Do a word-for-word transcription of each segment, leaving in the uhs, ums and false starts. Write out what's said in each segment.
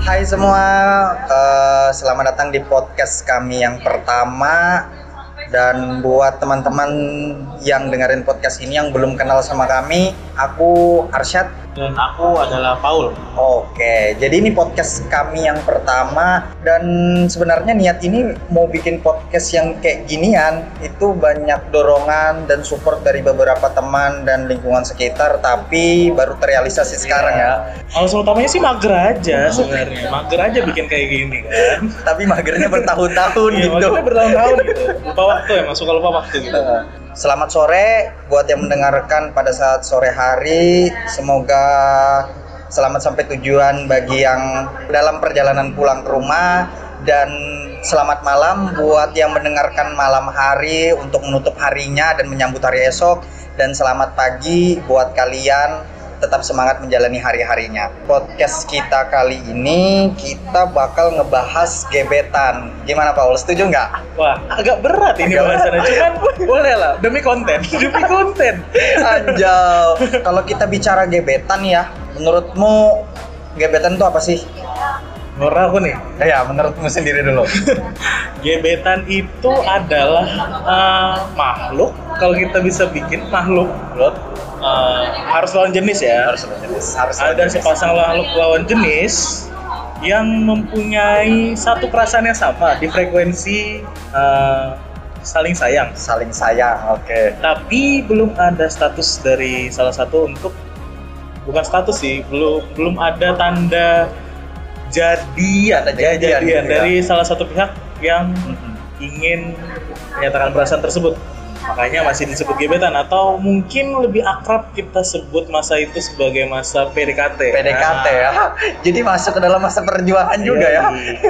Hai semua, uh, selamat datang di podcast kami yang pertama. Dan buat teman-teman yang dengerin podcast ini yang belum kenal sama kami, aku Arsyad. Dan aku adalah Paul. Oke, jadi ini podcast kami yang pertama. Dan sebenarnya niat ini mau bikin podcast yang kayak ginian itu banyak dorongan dan support dari beberapa teman dan lingkungan sekitar, tapi baru terrealisasi sekarang ya. Alasan utamanya sih mager aja sebenarnya. Mager aja bikin kayak gini kan. Tapi magernya bertahun-tahun Iya, gitu. magernya bertahun-tahun gitu. Lupa waktu ya, suka lupa waktu gitu. Selamat sore buat yang mendengarkan pada saat sore hari. Semoga selamat sampai tujuan bagi yang dalam perjalanan pulang ke rumah. Dan selamat malam buat yang mendengarkan malam hari untuk menutup harinya dan menyambut hari esok. Dan selamat pagi buat kalian tetap semangat menjalani hari-harinya. Podcast kita kali ini kita bakal ngebahas gebetan. Gimana Paul, setuju nggak? Wah, agak berat ini bahasannya. Cuman boleh lah, demi konten. Demi konten. Anjau. Kalau kita bicara gebetan ya, menurutmu gebetan itu apa sih? Menurut aku nih, Ya, menurutmu sendiri dulu. gebetan itu adalah uh, makhluk, kalau kita bisa bikin makhluk, bro. Uh, harus lawan jenis ya. Harus lawan jenis. Harus lawan Ada jenis. sepasang makhluk lawan jenis yang mempunyai satu perasaan yang sama di frekuensi uh, saling sayang. Saling sayang, oke. Tapi belum ada status dari salah satu untuk bukan status sih, belum belum ada tanda jadian, Tanda jadian, jadian gitu ya. dari salah satu pihak yang ingin menyatakan perasaan tersebut. Makanya masih disebut gebetan, atau mungkin lebih akrab kita sebut masa itu sebagai masa P D K T. P D K T ya. Jadi masuk ke dalam masa perjuangan juga ya.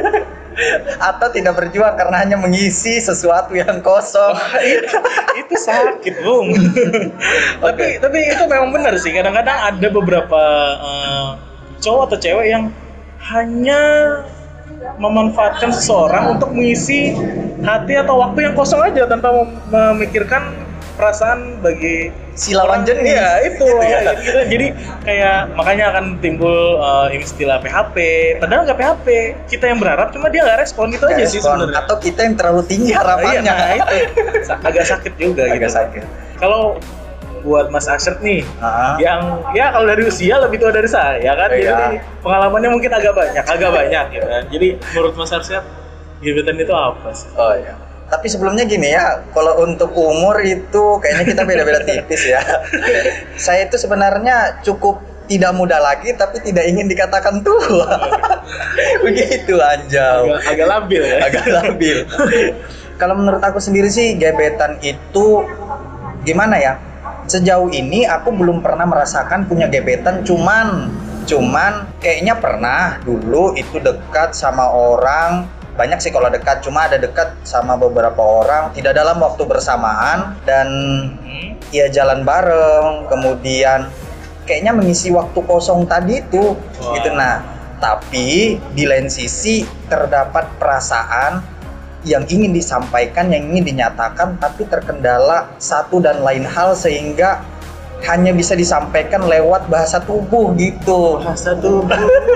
Atau tidak berjuang karena hanya mengisi sesuatu yang kosong. itu, itu sakit, Bung. tapi tapi itu memang benar sih. Kadang-kadang ada beberapa uh, cowok atau cewek yang hanya memanfaatkan seseorang untuk mengisi hati atau waktu yang kosong aja tanpa mem- memikirkan perasaan bagi Si lawan jenis. Iya, itu. Gitu ya. Gitu. Jadi kayak makanya akan timbul uh, istilah P H P. Padahal nggak P H P. Kita yang berharap, cuma dia nggak respon, itu aja sih Respon. sebenarnya. Atau kita yang terlalu tinggi harapannya. Iya, nah, itu agak sakit juga. Agak gitu. sakit. Kalau buat Mas Arsyad nih, Ah. yang ya kalau dari usia lebih tua dari saya kan, Iya. jadi pengalamannya mungkin agak banyak, agak banyak gitu kan. Jadi menurut Mas Arsyad, gebetan itu apa sih? Oh iya. Tapi sebelumnya gini ya, kalau untuk umur itu kayaknya kita beda-beda tipis ya. Saya itu sebenarnya cukup tidak muda lagi, tapi tidak ingin dikatakan tua. Begitu anjau. Agak, agak labil ya. Agak labil. Kalau menurut aku sendiri sih gebetan itu gimana ya? Sejauh ini aku belum pernah merasakan punya gebetan, cuman cuman kayaknya pernah dulu itu dekat sama orang. Banyak sih kalau dekat, cuma ada dekat sama beberapa orang tidak dalam waktu bersamaan dan Hmm. ya jalan bareng, kemudian kayaknya mengisi waktu kosong tadi itu. Wah. Gitu. Nah, tapi di lain sisi terdapat perasaan yang ingin disampaikan, yang ingin dinyatakan, tapi terkendala satu dan lain hal sehingga hanya bisa disampaikan lewat bahasa tubuh gitu. Bahasa tubuh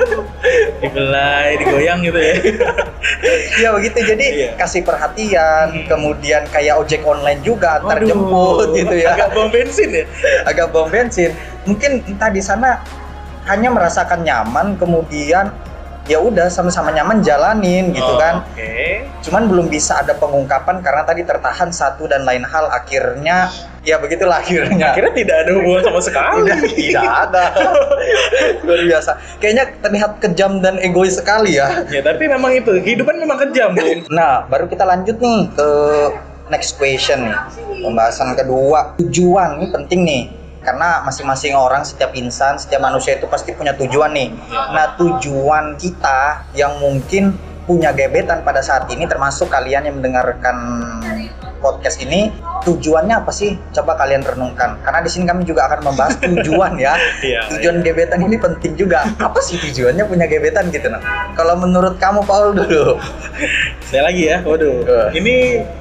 dibelai, digoyang gitu ya. Ya begitu, jadi Iya. kasih perhatian, Hmm. kemudian kayak ojek online juga antar Waduh, jemput gitu ya. Agak bom bensin ya. Agak bom bensin. Mungkin entah di sana hanya merasakan nyaman, kemudian ya udah sama-sama nyaman jalanin gitu Oh, kan. Oke. Cuman belum bisa ada pengungkapan karena tadi tertahan satu dan lain hal, akhirnya ya begitulah akhirnya. Akhirnya tidak ada hubungan sama sekali. tidak, tidak ada. Luar biasa. Kayaknya terlihat kejam dan egois sekali ya. Ya tapi memang itu, kehidupan memang kejam, Bung. Nah, baru kita lanjut nih ke next question nih. Pembahasan kedua, tujuan ini penting nih. Karena masing-masing orang, setiap insan, setiap manusia itu pasti punya tujuan nih. Nah, tujuan kita yang mungkin punya gebetan pada saat ini, termasuk kalian yang mendengarkan podcast ini, tujuannya apa sih? Coba kalian renungkan. Karena di sini kami juga akan membahas tujuan ya. Iya, Tujuan gebetan ini penting juga. Apa sih tujuannya punya gebetan gitu nah? Kalau menurut kamu Paul dulu. Saya lagi ya, waduh. Uh. Ini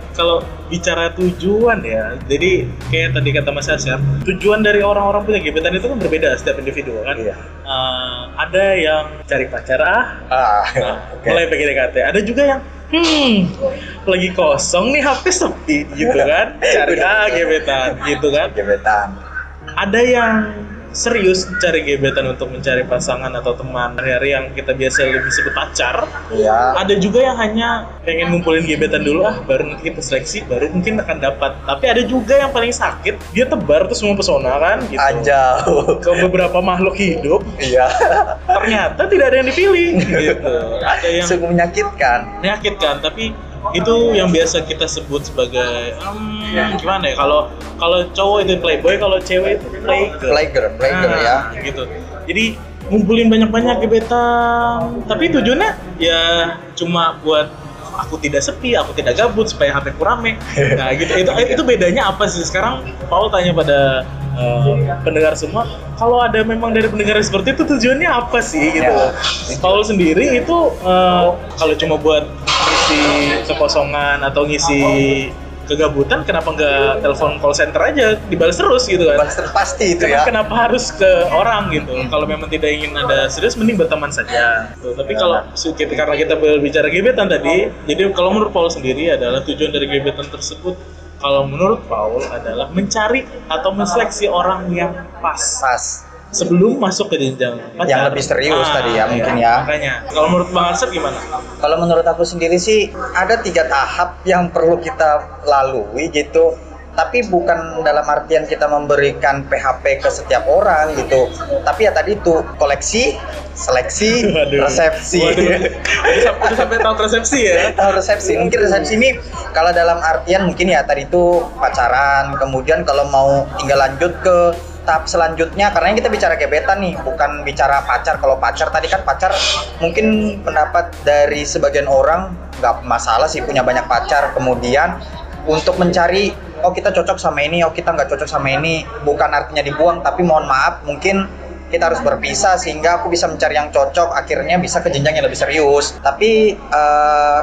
kalau bicara tujuan ya, jadi kayak tadi kata Mas Asyar, tujuan dari orang-orang punya gebetan itu kan berbeda setiap individu kan. Iya. Uh, ada yang cari pacar ah, ah nah, okay. mulai P D K T. Ada juga yang hmm lagi kosong nih, H P sepi gitu kan, cari ah gebetan gitu kan. Gebetan. Ada yang serius cari gebetan untuk mencari pasangan atau teman hari-hari yang kita biasa lebih sebut pacar. Iya. Ada juga yang hanya pengen ngumpulin gebetan dulu ah, baru nanti kita seleksi, baru mungkin akan dapat. Tapi ada juga yang paling sakit, dia tebar tuh semua pesona kan gitu. Anjau. Ke beberapa makhluk hidup. Iya. Ternyata tidak ada yang dipilih gitu. Ada yang sungguh menyakitkan. Menyakitkan, tapi itu yang biasa kita sebut sebagai um, gimana ya, kalau kalau cowok itu playboy, kalau cewek itu playgirl. Playgirl, playgirl nah, ya. Gitu. Jadi ngumpulin banyak-banyak gebetan, tapi tujuannya ya cuma buat aku tidak sepi, aku tidak gabut supaya H P ku rame. Nah, gitu. Itu itu bedanya apa sih? Sekarang Paul tanya pada uh, pendengar semua, kalau ada memang dari pendengar seperti itu tujuannya apa sih gitu. Ya. Paul sendiri itu uh, kalau cuma buat ngisi kekosongan atau ngisi kegabutan, kenapa nggak telepon call center aja, dibalas terus gitu kan? Balas pasti itu kenapa, ya. Kenapa harus ke orang gitu? Hmm. Kalau memang tidak ingin ada serius, mending berteman saja. Tuh, tapi kalau kita, karena kita berbicara gebetan tadi, jadi kalau menurut Paul sendiri adalah tujuan dari gebetan tersebut, kalau menurut Paul adalah mencari atau menseleksi orang yang pas. Pas. Sebelum masuk ke jenjang pacar. Yang lebih serius ah, tadi ya, iya, mungkin ya. Makanya, kalau menurut Bang Arsad gimana? Kalau menurut aku sendiri sih ada tiga tahap yang perlu kita lalui gitu. Tapi bukan dalam artian kita memberikan P H P ke setiap orang gitu. Tapi ya tadi itu koleksi, seleksi, waduh, resepsi. Waduh. Udah sampai tahap resepsi ya? Tahap resepsi. Mungkin resepsi ini kalau dalam artian mungkin ya tadi itu pacaran. Kemudian kalau mau tinggal lanjut ke tahap selanjutnya, karena kita bicara gebetan nih, bukan bicara pacar. Kalau pacar tadi kan pacar mungkin pendapat dari sebagian orang nggak masalah sih punya banyak pacar. Kemudian untuk mencari oh kita cocok sama ini, oh kita nggak cocok sama ini, bukan artinya dibuang, tapi mohon maaf mungkin kita harus berpisah sehingga aku bisa mencari yang cocok, akhirnya bisa ke jenjang yang lebih serius. Tapi uh,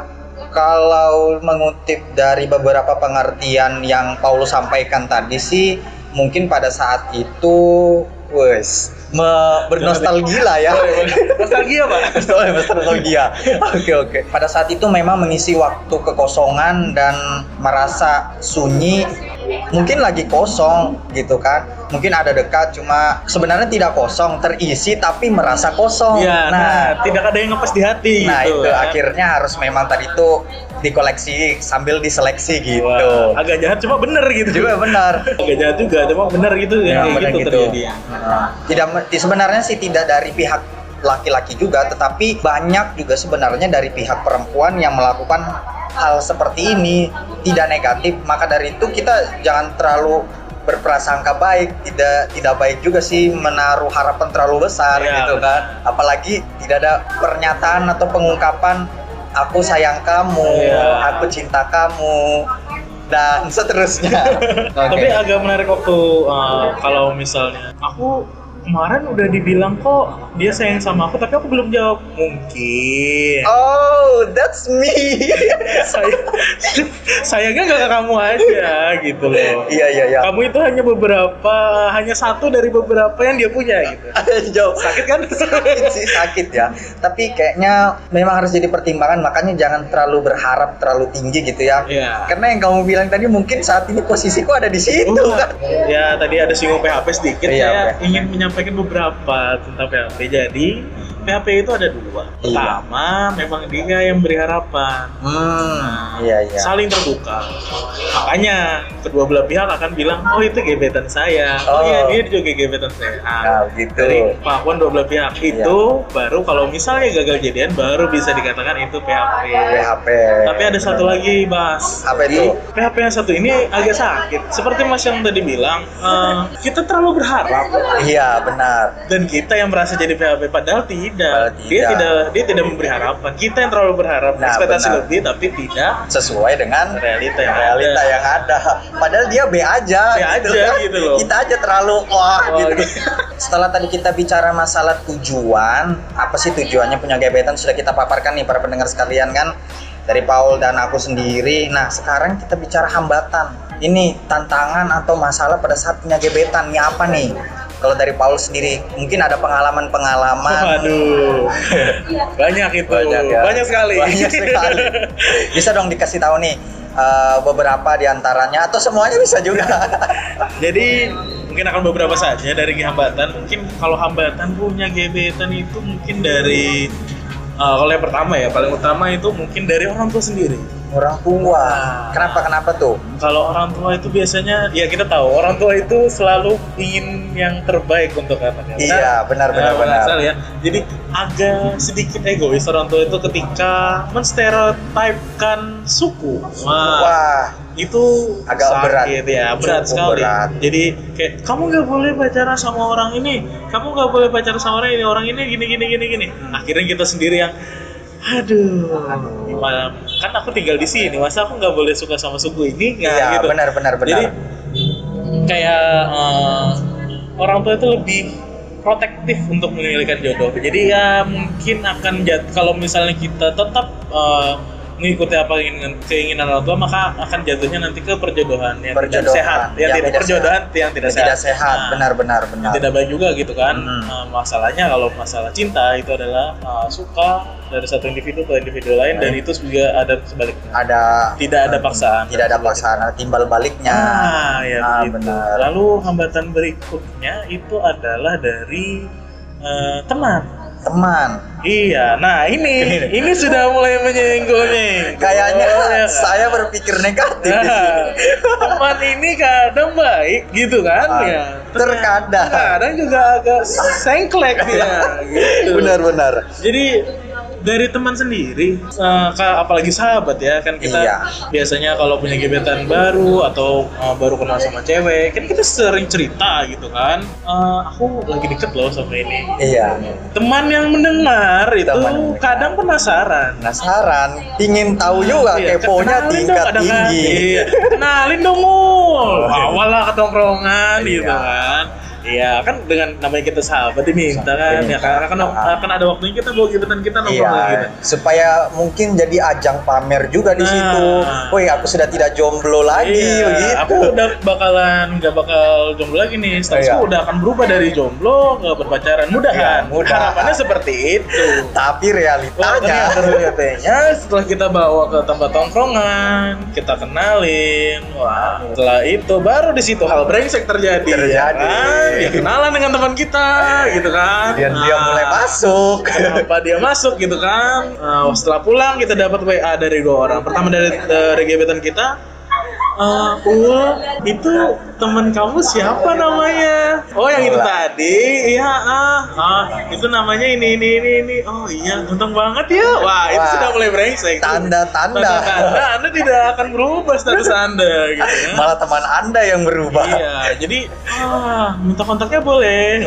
kalau mengutip dari beberapa pengertian yang Paulus sampaikan tadi sih, mungkin pada saat itu wes me- bernostalgia lah ya. Nostalgia Pak. Nostalgia. Oke oke. Pada saat itu memang mengisi waktu kekosongan dan merasa sunyi. Mungkin lagi kosong gitu kan. Mungkin ada dekat, cuma sebenarnya tidak kosong, terisi tapi merasa kosong. Ya, nah, nah, tidak ada yang ngepas di hati. Nah gitu, itu kan? Akhirnya harus memang tadi itu dikoleksi sambil diseleksi gitu. Wah, agak jahat cuma bener gitu. Juga benar. Agak jahat juga, cuma bener gitu ya, kayak gitu, gitu terjadi. Nah, tidak sebenarnya sih tidak dari pihak laki-laki juga, tetapi banyak juga sebenarnya dari pihak perempuan yang melakukan hal seperti ini, tidak negatif. Maka dari itu kita jangan terlalu berprasangka baik, tidak tidak baik juga sih menaruh harapan terlalu besar ya, gitu kan. Apalagi tidak ada pernyataan atau pengungkapan aku sayang kamu, ya, aku cinta kamu, dan seterusnya. Okay. Tapi agak menarik waktu uh, kalau misalnya aku kemarin udah dibilang kok dia sayang sama aku, tapi aku belum jawab. Mungkin. Oh, that's me. Saya sayangnya nggak ke kamu aja gitu loh. Iya iya iya. Kamu itu hanya beberapa, hanya satu dari beberapa yang dia punya gitu. Jauh. Sakit kan? Sakit sih, sakit ya. Tapi kayaknya memang harus jadi pertimbangan. Makanya jangan terlalu berharap terlalu tinggi gitu ya. Iya. Karena yang kamu bilang tadi mungkin saat ini posisiku ada di situ uh, kan. Ya tadi ada singgung P H P sedikit. Iya, saya okay. ingin menyampaikan beberapa tentang P H P. Jadi P H P itu ada dua. Pertama, iya. memang dia yang beri harapan. Hmm, nah, iya, iya. Saling terbuka. Makanya kedua belah pihak akan bilang, oh itu gebetan saya. Oh, oh iya dia juga gebetan saya. Nah, nah gitu. Dari pengakuan dua belah pihak itu iya. baru kalau misalnya gagal jadian baru bisa dikatakan itu P H P. P H P. Tapi ada satu lagi, Bas. Apa itu? P H P yang satu ini agak sakit. Seperti Mas yang tadi bilang, uh, kita terlalu berharap. Iya benar. Dan kita yang merasa jadi P H P padahal tidak. Padahal tidak. Dia tidak dia tidak memberi harapan. Kita yang terlalu berharap, nah, ekspektasi benar. lebih tapi tidak sesuai dengan realita yang realita ada. yang ada. Padahal dia B aja. B gitu aja kan? gitu loh. Kita aja terlalu wah oh, gitu. gitu. Setelah tadi kita bicara masalah tujuan, apa sih tujuannya punya gebetan sudah kita paparkan nih para pendengar sekalian kan. dari Paul dan aku sendiri. Nah, sekarang kita bicara hambatan. Ini tantangan atau masalah pada saat punya gebetan. Ini apa nih? Kalau dari Paul sendiri, mungkin ada pengalaman-pengalaman. Waduh, banyak itu, banyak, ya. banyak sekali. Banyak sekali. Bisa dong dikasih tahu nih uh, beberapa diantaranya atau semuanya bisa juga. Jadi mungkin akan beberapa saja dari hambatan. Mungkin kalau hambatan punya gebetan itu mungkin dari uh, kalau yang pertama ya, paling utama itu mungkin dari orang tua sendiri. Orang tua. Kenapa kenapa tuh? Kalau orang tua itu biasanya ya kita tahu orang tua itu selalu ingin yang terbaik untuk anaknya. Iya, benar benar nah, benar. benar. Ya. Jadi agak sedikit egois orang tua itu ketika menstereotipkan suku. Wah, Wah, itu agak sakit, berat ya, berat Cukup sekali. Berat. Jadi kayak kamu nggak boleh pacaran sama orang ini, kamu nggak boleh pacaran sama orang ini, orang ini gini gini gini gini. Akhirnya kita sendiri yang aduh, gimana? Kan aku tinggal di sini, masa aku nggak boleh suka sama suku ini? Nggak, iya, gitu. benar benar benar. Jadi kayak uh, orang tua itu lebih protektif untuk menilaikan jodoh. Jadi ya mungkin akan jat kalau misalnya kita tetap uh, mengikuti apa keinginan, keinginan orang tua, maka akan jatuhnya nanti ke perjodohan yang perjodohan. tidak sehat, yang, yang tidak perjodohan sehat. yang tidak yang sehat. Tidak sehat, Nah, benar-benar benar. tidak baik juga gitu kan. Hmm. Uh, masalahnya kalau masalah cinta itu adalah uh, suka dari satu individu ke individu lain, hmm. dan itu juga ada sebaliknya. Ada tidak ada paksaan. Tidak ada paksaan, ada timbal baliknya. Ah, ya ah, begitu. benar. Lalu hambatan berikutnya itu adalah dari uh, teman. Teman. Iya, nah ini ini sudah mulai menyinggung nih. Kayaknya Oh, ya. saya berpikir negatif di Nah, sini. teman ini kadang baik gitu kan Ah, ya. terkadang. Kadang juga agak sengklek dia gitu. Benar-benar. Jadi dari teman sendiri, uh, apalagi sahabat ya kan kita Iya. biasanya kalau punya gebetan baru atau uh, baru kenal sama cewek, kan kita sering cerita gitu kan. Uh, aku lagi deket loh sama ini. Iya. Teman yang mendengar itu Teman. kadang penasaran. Penasaran, ingin tahu juga Iya, keponya kenalin tingkat dong, kadang-kadang. tinggi. Iya. Kenalin dong, Mul. Awal lah ketongkrongan Iya. gitu kan. Iya, kan dengan namanya kita sahabat diminta kan. Diminta. Ya karena kan akan ada waktunya kita bawa gebetan kita nongkrong Iya, gitu. supaya mungkin jadi ajang pamer juga di Nah. situ. Woi, aku sudah tidak jomblo lagi, Iya, begitu. aku udah bakalan nggak bakal jomblo lagi nih. Statusku Iya. udah akan berubah dari jomblo ke berpacaran. Mudahan. Iya, mudahan. Harapannya seperti itu. Tapi Wah, realitanya, ternyata realitanya setelah kita bawa ke tempat tongkrongan, kita kenalin, wah, setelah itu baru di situ hal brengsek terjadi. Terjadi. Ya kan? Ya kenalan dengan teman kita, gitu kan? dan dia Nah, mulai masuk. Kenapa dia masuk gitu kan? Nah, setelah pulang kita dapat W A dari dua orang. Pertama dari dari gebetan kita. Uh, Ul, itu teman kamu siapa namanya? Oh, yang itu Ula. tadi, iya ah, ah, itu namanya ini ini ini ini. Oh iya, ganteng banget ya. Wah, itu Wah, sudah mulai brengsek. tanda-tanda. Tanda-tanda Anda tidak akan berubah status Anda, gitu ya. Malah teman Anda yang berubah. Iya, jadi ah, minta kontaknya boleh.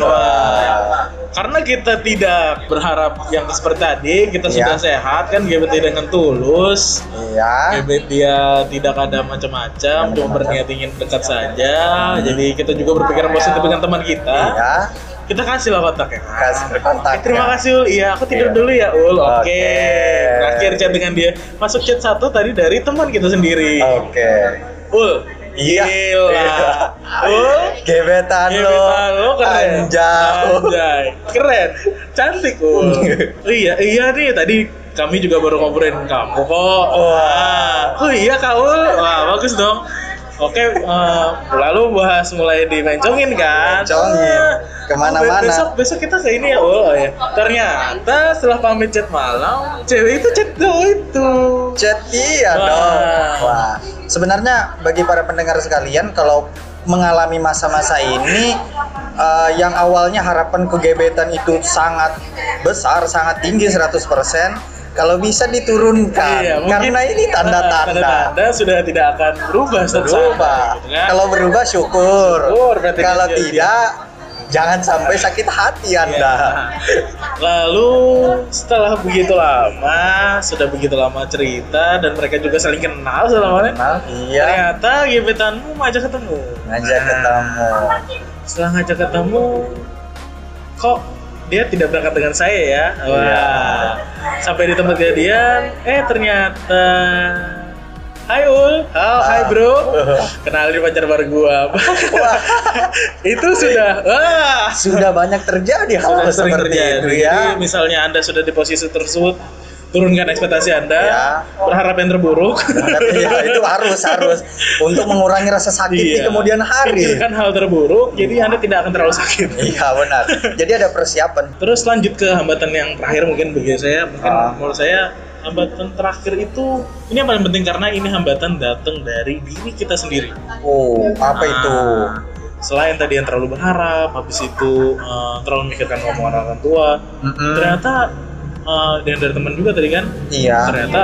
Wah. Karena kita tidak berharap yang seperti tadi, kita sudah Iya. sehat kan, gebet dia dengan tulus. Iya. Gebet dia tidak ada macam-macam, cuma berniat ingin dekat saja. Jadi kita juga berpikiran positif dengan teman kita. Iya. Kita kasih lah kontaknya. Kasih kontaknya. Eh, terima kasih Ul. Iya, aku tidur Iya. dulu ya Ul. Oke. Oke. Terakhir chat dengan dia. Masuk chat satu tadi dari teman kita sendiri. Oke. Ul. Iya. Gila. Ul. Gebetan lo. Gebetan lo keren. Anjay. Anjay. Keren. Cantik Ul. iya, iya nih tadi kami juga baru ngobrolin kamu kok. Wah. Oh iya Kak Ul. Wah, bagus dong. Oke, eh, lalu bahas mulai dimencongin kan? Mencongin. Ah, Kemana-mana. be- Besok besok kita ke ini ya, Ul. Oh, ya. Ternyata setelah pamit chat malam, cewek itu chat cowok itu. Chat iya Wah. dong. Wah. Sebenarnya bagi para pendengar sekalian, kalau mengalami masa-masa ini uh, yang awalnya harapan kegebetan itu sangat besar, sangat tinggi seratus persen, kalau bisa diturunkan. Iya, mungkin, karena ini tanda-tanda. Tanda-tanda sudah tidak akan berubah status Berubah. Anda, gitu kan? Kalau berubah syukur. Syukur, berarti Kalau dia- tidak, jangan sampai sakit hati Anda. Iya. Lalu setelah begitu lama, sudah begitu lama cerita dan mereka juga saling kenal selama ini. Kenal? Iya. Ternyata gebetanmu ngajak ketemu. Ngajak Nah, ketemu. Setelah ngajak ketemu, kok dia tidak berangkat dengan saya ya. Wah. Iya. Sampai di tempat kejadian, eh ternyata Hai Ul, oh, hai bro, kenalin pacar baru gua. Wah, Itu sudah, wah, sudah banyak terjadi hal sudah sering seperti terjadi. itu Jadi ya. misalnya Anda sudah di posisi tersebut, turunkan ekspektasi Anda, Ya. berharap yang terburuk. Ya, itu harus harus untuk mengurangi rasa sakit di Iya. kemudian hari. Pikirkan hal terburuk, jadi Anda tidak akan terlalu sakit. Iya benar. Jadi ada persiapan. Terus lanjut ke hambatan yang terakhir mungkin bagi saya, mungkin Ah. menurut saya hambatan terakhir itu ini yang paling penting karena ini hambatan datang dari diri kita sendiri. Oh, apa Nah, itu? Selain tadi yang terlalu berharap, habis itu uh, terlalu memikirkan omongan orang tua, Mm-mm. ternyata uh, dan dari teman juga tadi kan, Iya. ternyata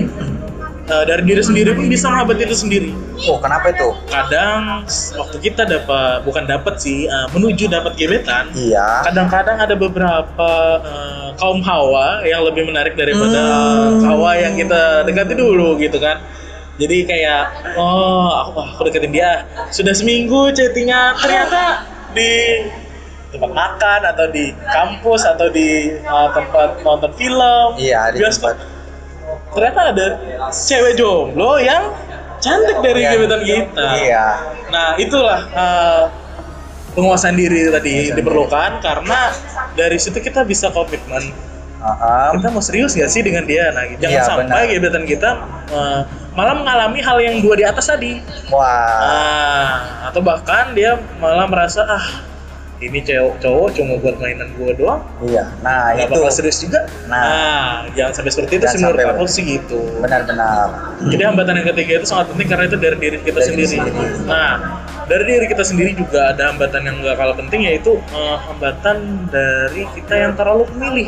uh, dari diri sendiri pun bisa menghambat itu sendiri. Oh, kenapa itu? Kadang waktu kita dapat, bukan dapat sih, uh, menuju dapat gebetan, Iya. kadang-kadang ada beberapa uh, kaum hawa yang lebih menarik daripada Hmm. hawa yang kita dekati dulu gitu kan. Jadi kayak, oh aku, aku deketin dia, sudah seminggu chattingan, ternyata di tempat makan atau di kampus atau di uh, tempat nonton film, Iya, di bioskop, tempat. ternyata ada cewek jomblo yang cantik dari Yang- gebetan kita. Iya. Nah itulah uh, penguasaan diri tadi Penguasaan diperlukan karena dari situ kita bisa komitmen. Aham. Kita mau serius gak sih dengan dia? Nah, jangan Iya, sampai benar. gebetan kita uh, malah mengalami hal yang dua di atas tadi. Wah. Nah, atau bahkan dia malah merasa ah ini cowok cowok cuma buat mainan gua doang, Iya. Nah, nggak itu bakal serius juga. Nah. Nah, jangan sampai seperti itu Jangan sih menurut sampai. aku sih gitu. benar-benar. Jadi hambatan yang ketiga itu sangat penting karena itu dari diri kita Dari sendiri. sendiri. Nah, dari diri kita sendiri juga ada hambatan yang gak kalah penting yaitu uh, hambatan dari kita yang terlalu pemilih.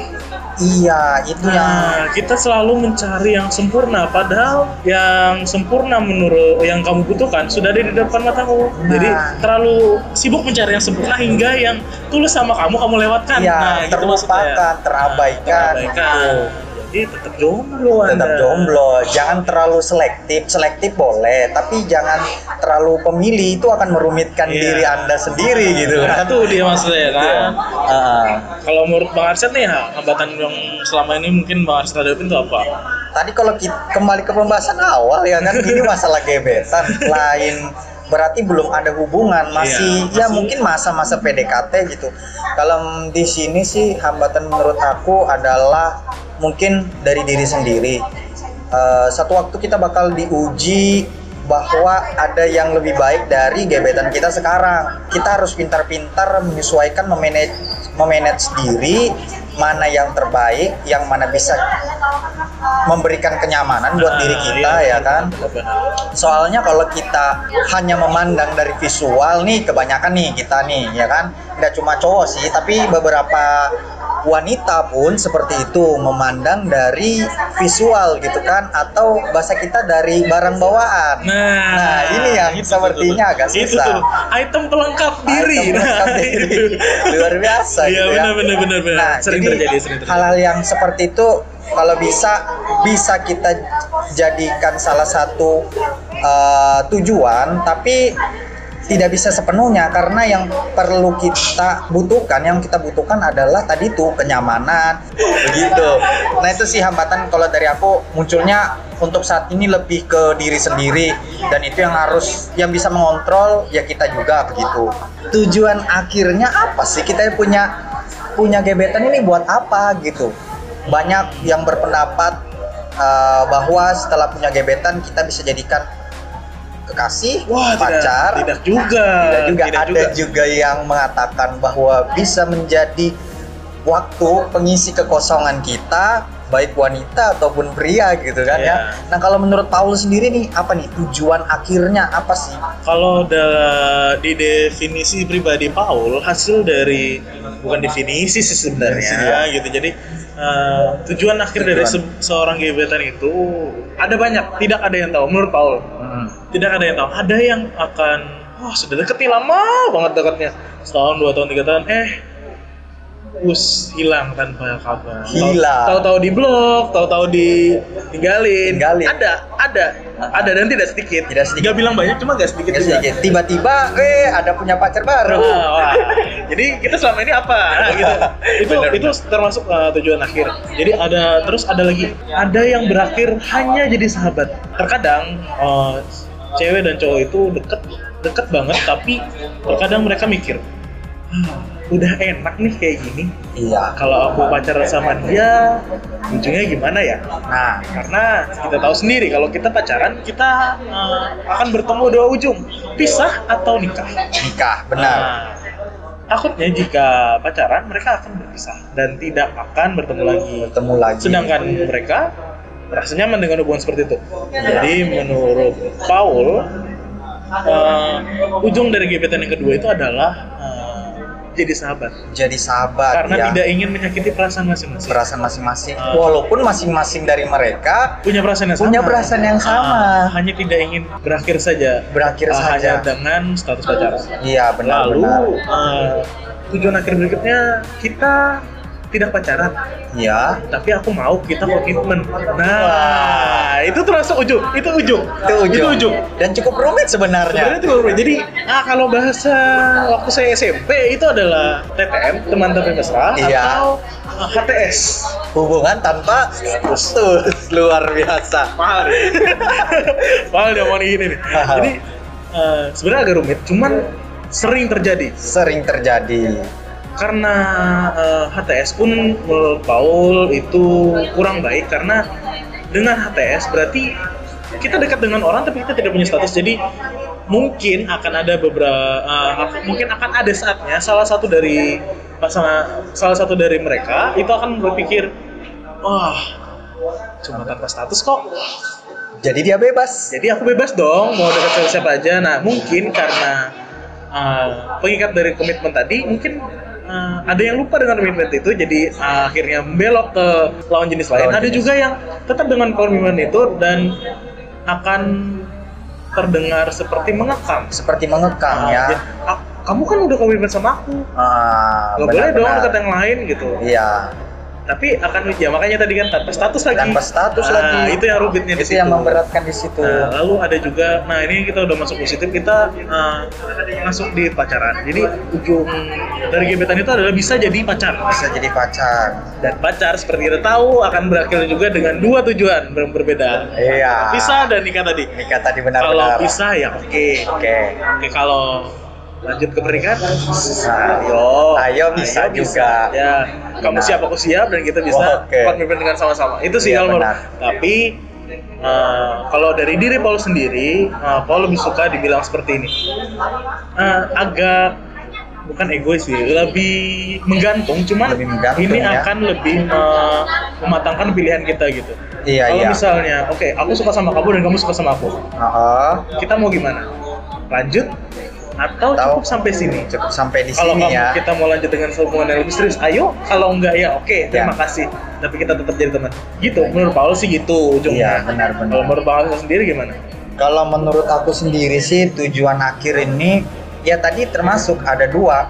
Iya, itu yang Nah, kita selalu mencari yang sempurna padahal yang sempurna menurut yang kamu butuhkan sudah ada di depan matamu. Nah. Jadi terlalu sibuk mencari yang sempurna hingga yang tulus sama kamu kamu lewatkan. Iya, nah, gitu maksud saya. terlupakan, terabaikan. Terabaikan. Gitu. Jadi tetap jomblo Tetap Anda. jomblo, jangan terlalu selektif. Selektif boleh, tapi jangan terlalu pemilih, itu akan merumitkan Iya. diri Anda sendiri gitu Nah, kan. itu dia maksudnya kan. Ah. Kalau menurut Bang Arsyad nih, hambatan yang selama ini mungkin Bang Arsyad hadapin itu apa? Tadi kalau kita kembali ke pembahasan awal ya kan, ini masalah gebetan lain, berarti belum ada hubungan, masih Iya, ya masih- mungkin masa-masa P D K T gitu. Kalau di sini sih hambatan menurut aku adalah mungkin dari diri sendiri. Eh, satu waktu kita bakal diuji bahwa ada yang lebih baik dari gebetan kita sekarang. Kita harus pintar-pintar menyesuaikan, memanage, memanage diri, mana yang terbaik, yang mana bisa memberikan kenyamanan buat Nah, diri kita iya, ya kan. benar-benar. Soalnya kalau kita hanya memandang dari visual nih, kebanyakan nih kita nih ya kan, nggak cuma cowok sih, tapi beberapa wanita pun seperti itu, memandang dari visual gitu kan, atau bahasa kita dari barang bawaan. Nah, Nah, ini yang itu sepertinya tuh, agak Itu susah. tuh, item pelengkap diri. Item pelengkap Nah, diri. itu. Luar biasa Iya, gitu ya. benar benar benar benar. Nah, sering jadi terjadi, sering terjadi. hal-hal yang seperti itu kalau bisa bisa kita jadikan salah satu uh, tujuan, tapi tidak bisa sepenuhnya karena yang perlu kita butuhkan, yang kita butuhkan adalah tadi tuh kenyamanan, begitu. Nah itu sih hambatan kalau dari aku munculnya untuk saat ini lebih ke diri sendiri, dan itu yang harus yang bisa mengontrol ya kita juga begitu. Tujuan akhirnya apa sih kita punya punya gebetan ini buat apa gitu? Banyak yang berpendapat uh, bahwa setelah punya gebetan kita bisa jadikan kekasih, Wah, pacar. tidak, tidak juga. Tidak juga. Tidak Ada juga. juga yang mengatakan bahwa bisa menjadi waktu pengisi kekosongan kita, baik wanita ataupun pria gitu kan Iya. ya. Nah kalau menurut Paul sendiri nih apa nih tujuan akhirnya apa sih? Kalau da- di definisi pribadi Paul, hasil dari bukan definisi sih sebenarnya gitu. Jadi eh, tujuan akhir dari Tujuan. se- seorang gebetan itu ada banyak, tidak ada yang tahu menurut Paul. Hmm. Tidak ada yang tahu. Ada yang akan wah sudah deket nih, lama banget dekatnya. Setahun, dua tahun, tiga tahun, eh us hilang tanpa kabar. Hilang. Tahu-tahu di blok, tahu-tahu ditinggalin. Tinggalin. Ada, ada, ada dan tidak sedikit. Tidak sedikit. Gak bilang banyak, cuma gak sedikit Nggak juga. sedikit. Tiba-tiba, eh ada punya pacar baru. Wah, wah. Jadi kita selama ini apa? Nah, gitu. Itu Benar, itu termasuk uh, tujuan akhir. Jadi ada terus ada lagi. Ada yang berakhir hanya jadi sahabat. Terkadang uh, cewek dan cowok itu deket deket banget, tapi terkadang mereka mikir, ah, udah enak nih kayak gini. Iya. Kalau aku pacaran sama dia, ujungnya gimana ya? Nah, Karena kita tahu sendiri kalau kita pacaran kita uh, akan bertemu dua ujung, pisah atau nikah. nikah, benar. Nah, takutnya jika pacaran mereka akan berpisah dan tidak akan bertemu lagi. Bertemu lagi. Sedangkan mereka merasa nyaman dengan hubungan seperti itu. Iya. Jadi menurut Paul, uh, ujung dari gebetan yang kedua itu adalah uh, jadi sahabat. Jadi sahabat. Karena ya. tidak ingin menyakiti perasaan masing-masing. Perasaan masing-masing. Ah. Walaupun masing-masing dari mereka Punya perasaan yang sama. punya perasaan yang sama. Ah, hanya tidak ingin berakhir saja. Berakhir Ah, saja. Hanya dengan status pacaran. Iya, benar. Lalu benar. uh, tujuan akhir berikutnya kita tidak pacaran, Iya. tapi aku mau kita komitmen. Nah, Wah. itu termasuk ujung. Itu ujung. Itu ujung. Itu ujung. Dan cukup rumit sebenarnya. Sebenarnya itu berbeda. Jadi, ah kalau bahasa waktu saya S M P itu adalah T T M, teman tapi mesra, Iya. atau uh, H T S. Hubungan tanpa status. Luar biasa. Mahal nih. Mahal dia mau ini nih. Mahal. Jadi uh, sebenarnya agak rumit, cuman sering terjadi. Sering terjadi. Karena uh, H T S pun menurut Paul itu kurang baik karena dengan H T S berarti kita dekat dengan orang tapi kita tidak punya status. Jadi mungkin akan ada beberapa uh, mungkin akan ada saatnya salah satu dari pasangan salah satu dari mereka itu akan berpikir, wah cuma tanpa status kok, Jadi dia bebas. jadi aku bebas dong mau dekat sama siapa aja. Nah mungkin karena uh, pengikat dari komitmen tadi mungkin uh, ada yang lupa dengan komitmen itu, jadi uh, akhirnya membelok ke lawan jenis lain. Lawan Ada jenis. juga yang tetap dengan komitmen itu dan akan terdengar seperti mengekang. Seperti mengekang Ah, ya. jadi, "Ah, kamu kan udah komitmen sama aku, Ah, nggak boleh dong benar-benar. dekat yang lain gitu." Iya. Tapi akan ya makanya tadi kan tanpa status lagi. Tanpa status Ah, lagi. Itu yang rubitnya di Itu situ. yang memberatkan di situ. Nah, lalu ada juga, nah ini kita udah masuk positif, kita uh, masuk di pacaran. Jadi ujung dari gebetan itu adalah bisa jadi pacar. Bisa jadi pacar. Dan pacar seperti kita tahu akan berakhir juga dengan dua tujuan ber- berbeda. Iya. Pisah dan nikah tadi. Nikah tadi Kalau benar-benar. pisah ya oke. Oke. Oke, kalau lanjut ke pernikahan, Nah, ayo. ayo bisa juga. Ya, kamu Benar. siap aku siap dan kita bisa Oke. komitmen dengan sama-sama. Itu sih Iya, kalau menurut. benar. Tapi uh, kalau dari diri Paul sendiri, uh, Paul lebih suka dibilang seperti ini. Uh, agak bukan egois sih, lebih menggantung. Cuman Lebih menggantung, ini ya. akan lebih uh, mematangkan pilihan kita gitu. Iya, Kalau iya. misalnya, oke, aku suka sama kamu dan kamu suka sama aku. Heeh. Kita mau gimana? Lanjut atau Tahu. cukup sampai sini? Cukup sampai di Kalau sini kamu ya. kita mau lanjut dengan hubungan yang lebih serius, ayo. Kalau enggak ya oke, terima Ya. kasih. Tapi kita tetap jadi teman. Gitu. Menurut Paul sih gitu ujungnya. Iya, benar-benar. Kalau menurut Paul sendiri gimana? Kalau menurut aku sendiri sih tujuan akhir ini ya tadi termasuk ada dua.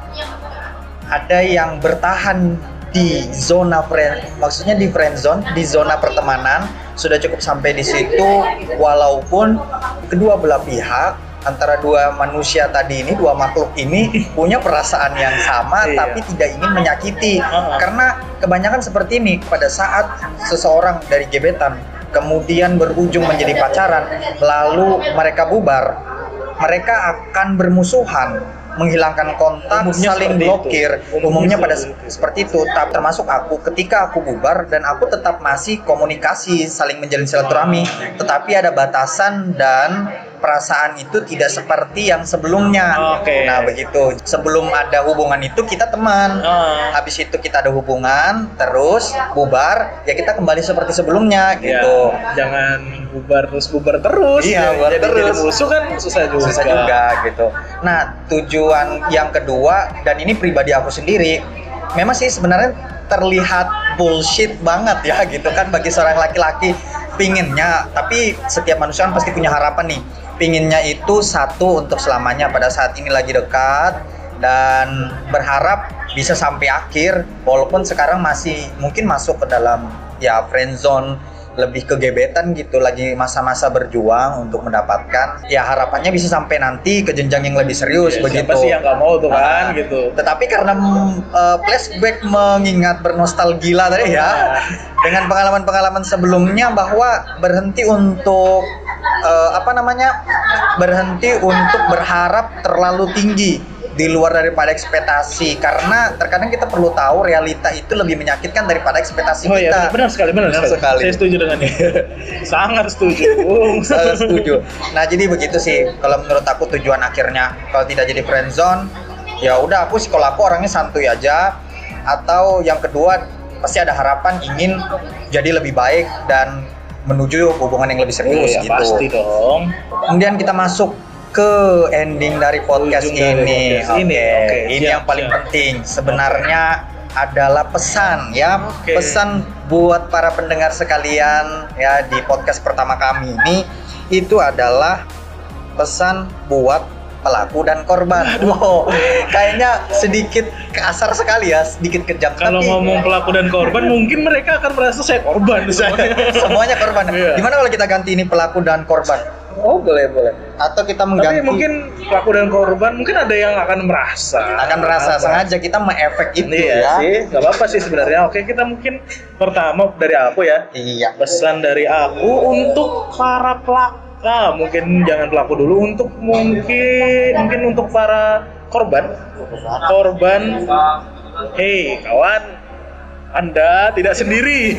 Ada yang bertahan di zona friend, maksudnya di friend zone, di zona pertemanan sudah cukup sampai di situ, walaupun kedua belah pihak antara dua manusia tadi ini, dua makhluk ini punya perasaan yang sama Iya. tapi tidak ingin menyakiti. Uh-uh. Karena kebanyakan seperti ini, pada saat seseorang dari gebetan kemudian berujung menjadi pacaran, lalu mereka bubar, mereka akan bermusuhan, menghilangkan kontak, Umumnya saling seperti blokir. itu. Umumnya Umumnya pada seperti itu. seperti itu. Ta- Termasuk aku, ketika aku bubar dan aku tetap masih komunikasi, saling menjalin silaturahmi, tetapi ada batasan dan perasaan itu tidak seperti yang sebelumnya. Oke. Nah begitu. Sebelum ada hubungan itu kita teman. Ah. Habis itu kita ada hubungan, terus bubar, ya kita kembali seperti sebelumnya Ya, gitu. jangan bubar terus bubar terus. Iya, bubar jadi, terus. Jadi musuh kan susah juga. Susah juga gitu. Nah, tujuan yang kedua, dan ini pribadi aku sendiri, memang sih sebenarnya terlihat bullshit banget ya gitu kan bagi seorang laki-laki pinginnya, tapi setiap manusia kan pasti punya harapan nih. Pinginnya itu satu untuk selamanya pada saat ini lagi dekat dan berharap bisa sampai akhir, walaupun sekarang masih mungkin masuk ke dalam ya friend zone lebih ke gebetan gitu, lagi masa-masa berjuang untuk mendapatkan, ya harapannya bisa sampai nanti ke jenjang yang lebih serius, Ya, begitu. siapa sih yang nggak mau tuh kan, Nah, gitu. Tetapi karena uh, flashback mengingat bernostalgia tadi ya, dengan pengalaman-pengalaman sebelumnya bahwa berhenti untuk uh, apa namanya, berhenti untuk berharap terlalu tinggi di luar daripada ekspektasi, karena terkadang kita perlu tahu realita itu lebih menyakitkan daripada ekspektasi Oh kita. iya, benar sekali, benar, Benar sekali. sekali. Saya setuju dengan itu. Sangat setuju. Sangat setuju. Nah, jadi begitu sih kalau menurut aku tujuan akhirnya. Kalau tidak jadi friendzone, ya udah aku sih, kalau aku orangnya santuy aja. Atau yang kedua, pasti ada harapan ingin jadi lebih baik dan menuju hubungan yang lebih serius, Iya, gitu. pasti dong. Kemudian kita masuk ke ending dari podcast Ujung dari ini. podcast Oke, ini. Oke, ini siap, yang paling siap. penting sebenarnya adalah pesan ya. Oke. Pesan buat para pendengar sekalian ya di podcast pertama kami ini, itu adalah pesan buat pelaku dan korban. Wow, kayaknya sedikit kasar sekali ya, sedikit kejam. Kalau tapi ngomong pelaku dan korban, mungkin mereka akan merasa saya korban. Semuanya, semuanya korban. Iya. Gimana kalau kita ganti ini pelaku dan korban? Oh, boleh, boleh. Atau kita Tapi mengganti, mungkin pelaku dan korban, mungkin ada yang akan merasa. akan merasa Apa? sengaja kita mengefek itu Iya ya. sih, nggak apa-apa sih sebenarnya. Oke, kita mungkin pertama dari aku ya. Iya. Pesan dari aku untuk para pelaku, nah, mungkin jangan pelaku dulu, untuk mungkin mungkin untuk para korban. Korban, hey kawan, Anda tidak sendiri.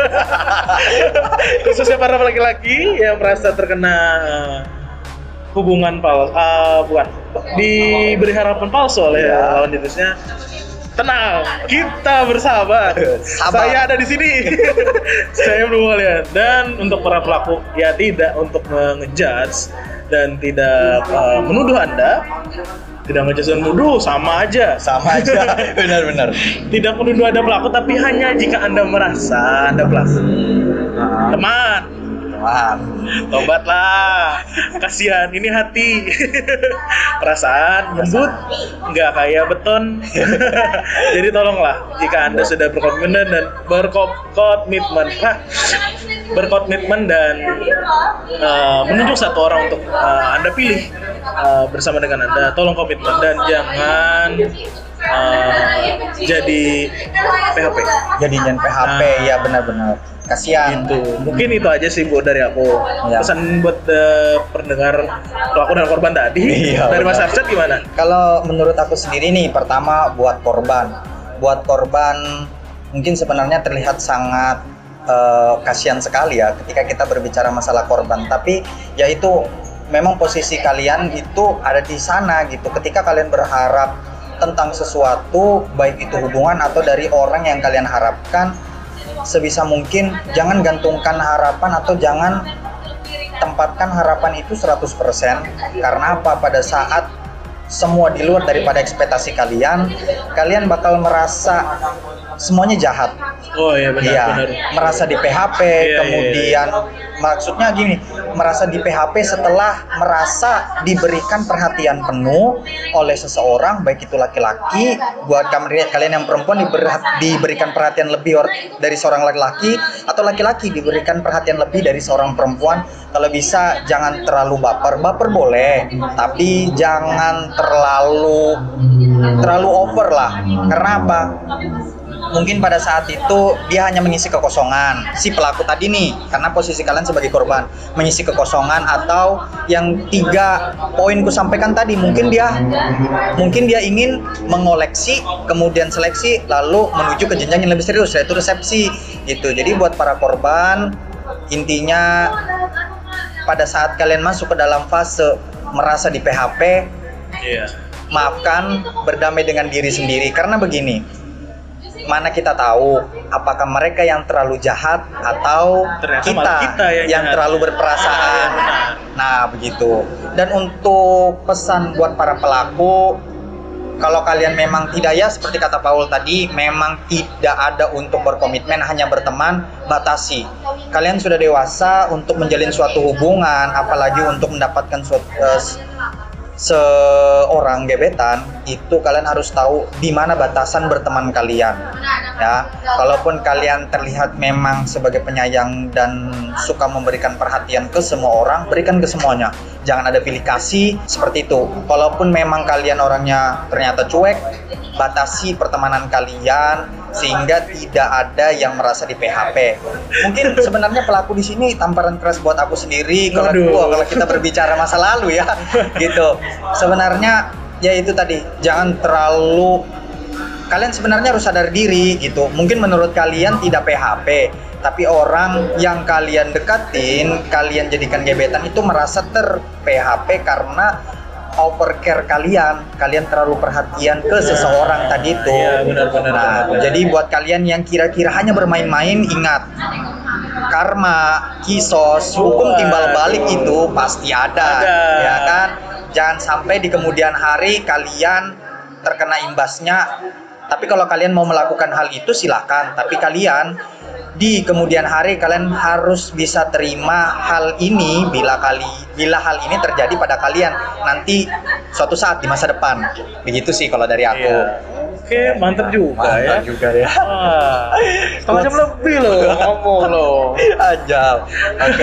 Khususnya para laki-laki yang merasa terkena uh, hubungan palsu, uh, bukan diberi harapan palsu oleh Ya. lawan jenisnya. Tenang, kita bersahabat. Sabar. Saya ada di sini. Saya belum lihat. Dan untuk para pelaku, ya tidak untuk mengejudge dan tidak uh, menuduh Anda. Tidak ngejudge dan menuduh, sama aja. Sama aja. Benar-benar. Tidak menuduh Anda pelaku, tapi hanya jika Anda merasa Anda pelaku. Teman, Wah. tobatlah. Kasihan, ini hati. Perasaan lembut, nggak kayak beton. Jadi tolonglah, jika Anda sudah berkomitmen dan berkomitmen, ah, berkomitmen dan uh, menunjuk satu orang untuk uh, Anda pilih uh, bersama dengan Anda, tolong komitmen dan jangan uh, jadi P H P. Jadi jangan P H P Nah. ya, benar-benar. Kasihan. Gitu. Mungkin itu aja sih buat dari aku. Ya. Pesan buat uh, pendengar pelaku dan korban tadi. Iya, Dari Mas benar. Arsyad gimana? Kalau menurut aku sendiri nih, pertama buat korban. Buat korban mungkin sebenarnya terlihat sangat uh, kasihan sekali ya ketika kita berbicara masalah korban. Tapi ya itu memang posisi kalian itu ada di sana gitu. Ketika kalian berharap tentang sesuatu, baik itu hubungan atau dari orang yang kalian harapkan, sebisa mungkin jangan gantungkan harapan atau jangan tempatkan harapan itu seratus persen. Karena apa? Pada saat semua di luar daripada ekspektasi kalian, kalian bakal merasa semuanya jahat. Oh iya benar Iya, benar. merasa di P H P, Iya, kemudian maksudnya gini, merasa di P H P setelah merasa diberikan perhatian penuh oleh seseorang, baik itu laki-laki. Buat kalian kalian yang perempuan diber- diberikan perhatian lebih or- dari seorang laki-laki, atau laki-laki diberikan perhatian lebih dari seorang perempuan. Kalau bisa jangan terlalu baper, baper boleh, tapi jangan terlalu terlalu over lah. Karena apa? Mungkin pada saat itu dia hanya mengisi kekosongan si pelaku tadi nih, karena posisi kalian sebagai korban mengisi kekosongan. Atau yang tiga poin ku sampaikan tadi, mungkin dia mungkin dia ingin mengoleksi, kemudian seleksi, lalu menuju ke jenjang yang lebih serius, yaitu resepsi gitu. Jadi buat para korban, intinya pada saat kalian masuk ke dalam fase merasa di P H P, Iya. maafkan, berdamai dengan diri sendiri. Karena begini, mana kita tahu apakah mereka yang terlalu jahat atau Ternyata kita, malah kita yang yang jahat. terlalu berperasaan. Ah, iya, benar. Nah, begitu. Dan untuk pesan buat para pelaku, kalau kalian memang tidak, ya seperti kata Paul tadi, memang tidak ada untuk berkomitmen, hanya berteman, batasi. Kalian sudah dewasa untuk menjalin suatu hubungan, apalagi untuk mendapatkan suatu uh, seorang gebetan, itu kalian harus tahu di mana batasan berteman kalian. Ya, kalaupun kalian terlihat memang sebagai penyayang dan suka memberikan perhatian ke semua orang, berikan ke semuanya. Jangan ada pilih kasih seperti itu. Kalaupun memang kalian orangnya ternyata cuek, batasi pertemanan kalian sehingga tidak ada yang merasa di P H P. Mungkin sebenarnya pelaku di sini tamparan keras buat aku sendiri kalau wah, kalau kita berbicara masa lalu ya. Gitu. Sebenarnya ya itu tadi, jangan terlalu, kalian sebenarnya harus sadar diri gitu. Mungkin menurut kalian tidak P H P, tapi orang yang kalian dekatin, kalian jadikan gebetan itu merasa ter-P H P karena overcare kalian, kalian terlalu perhatian ke seseorang tadi itu. Ya, benar-benar. Nah, benar. Jadi buat kalian yang kira-kira hanya bermain-main, ingat, karma, kisos, hukum timbal balik itu pasti ada, ada. Ya kan? Jangan sampai di kemudian hari kalian terkena imbasnya. Tapi kalau kalian mau melakukan hal itu silakan, tapi kalian di kemudian hari kalian harus bisa terima hal ini bila kali bila hal ini terjadi pada kalian nanti suatu saat di masa depan. Begitu sih kalau dari aku. Iya. Oke, mantap juga Mantap ya. juga ya. Wah, setengah jam lebih loh ngomong loh. Ajal. Oke.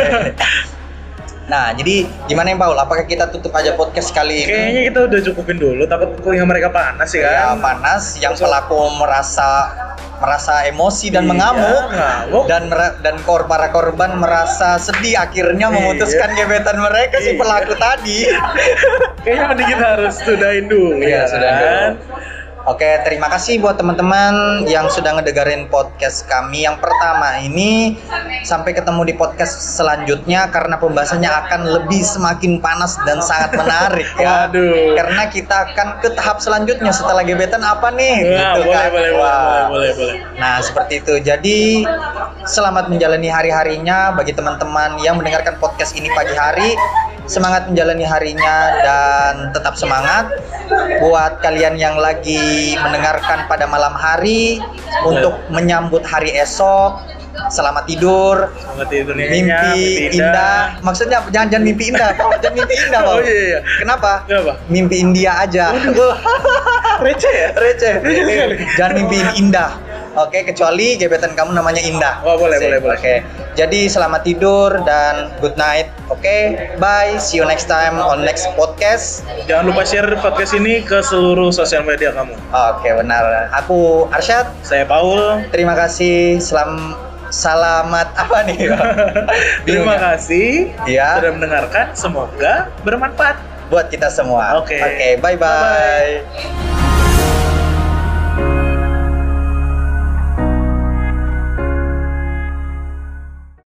Nah, jadi gimana ya Paul? Apakah kita tutup aja podcast kali ini? Kayaknya kita udah cukupin dulu, takut kuliah mereka panas ya Ya, kan? panas, yang pelaku merasa merasa emosi dan Iya, mengamuk, ngamuk. dan mer- dan kor para korban merasa sedih akhirnya memutuskan Iya. gebetan mereka si Iya. pelaku tadi. Kayaknya mending kita harus sudahin dulu Iya, ya sudahin kan? dulu. Oke, terima kasih buat teman-teman yang sudah ngedengerin podcast kami yang pertama ini. Sampai ketemu di podcast selanjutnya karena pembahasannya akan lebih semakin panas dan sangat menarik ya. Waduh. Karena kita akan ke tahap selanjutnya setelah gebetan apa nih? Nah, Gitu boleh, kan? boleh, boleh, Wah. boleh, boleh, boleh. Nah, seperti itu. Jadi, selamat menjalani hari-harinya bagi teman-teman yang mendengarkan podcast ini pagi hari. Semangat menjalani harinya dan tetap semangat. Buat kalian yang lagi mendengarkan pada malam hari, untuk menyambut hari esok, selamat tidur, Selamat tidur nih, mimpi indah. Maksudnya jangan jangan mimpi indah, jangan mimpi indah, Pak. Oh iya, iya. Kenapa? Kenapa? Mimpi India aja. Receh ya? Receh. Jangan mimpi indah. Oke, kecuali gebetan kamu namanya Indah. Oh, boleh, Sip. boleh, boleh. Oke. Jadi selamat tidur dan good night. Oke, bye. See you next time on next podcast. Jangan lupa share podcast ini ke seluruh sosial media kamu. Oke, benar. Aku Arsyad. Saya Paul. Terima kasih. Selam selamat apa nih? Terima kasih Ya. sudah mendengarkan. Semoga bermanfaat Buat kita semua. Oke. Oke, bye-bye. Bye-bye.